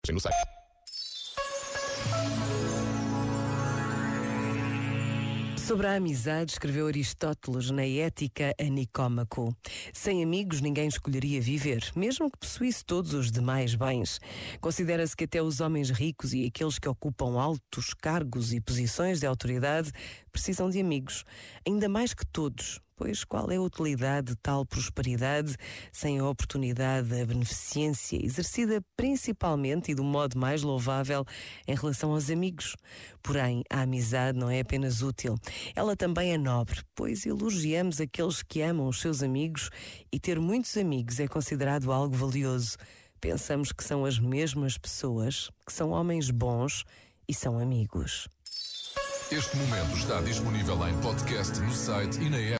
no site. Sobre a amizade, escreveu Aristóteles na Ética a Nicómaco. Sem amigos ninguém escolheria viver, mesmo que possuísse todos os demais bens. Considera-se que até os homens ricos e aqueles que ocupam altos cargos e posições de autoridade precisam de amigos, ainda mais que todos. Pois qual é a utilidade de tal prosperidade sem a oportunidade da beneficência exercida principalmente e do modo mais louvável em relação aos amigos? Porém, a amizade não é apenas útil, ela também é nobre, pois elogiamos aqueles que amam os seus amigos e ter muitos amigos é considerado algo valioso. Pensamos que são as mesmas pessoas, que são homens bons e são amigos. Este momento está disponível em podcast no site e na app.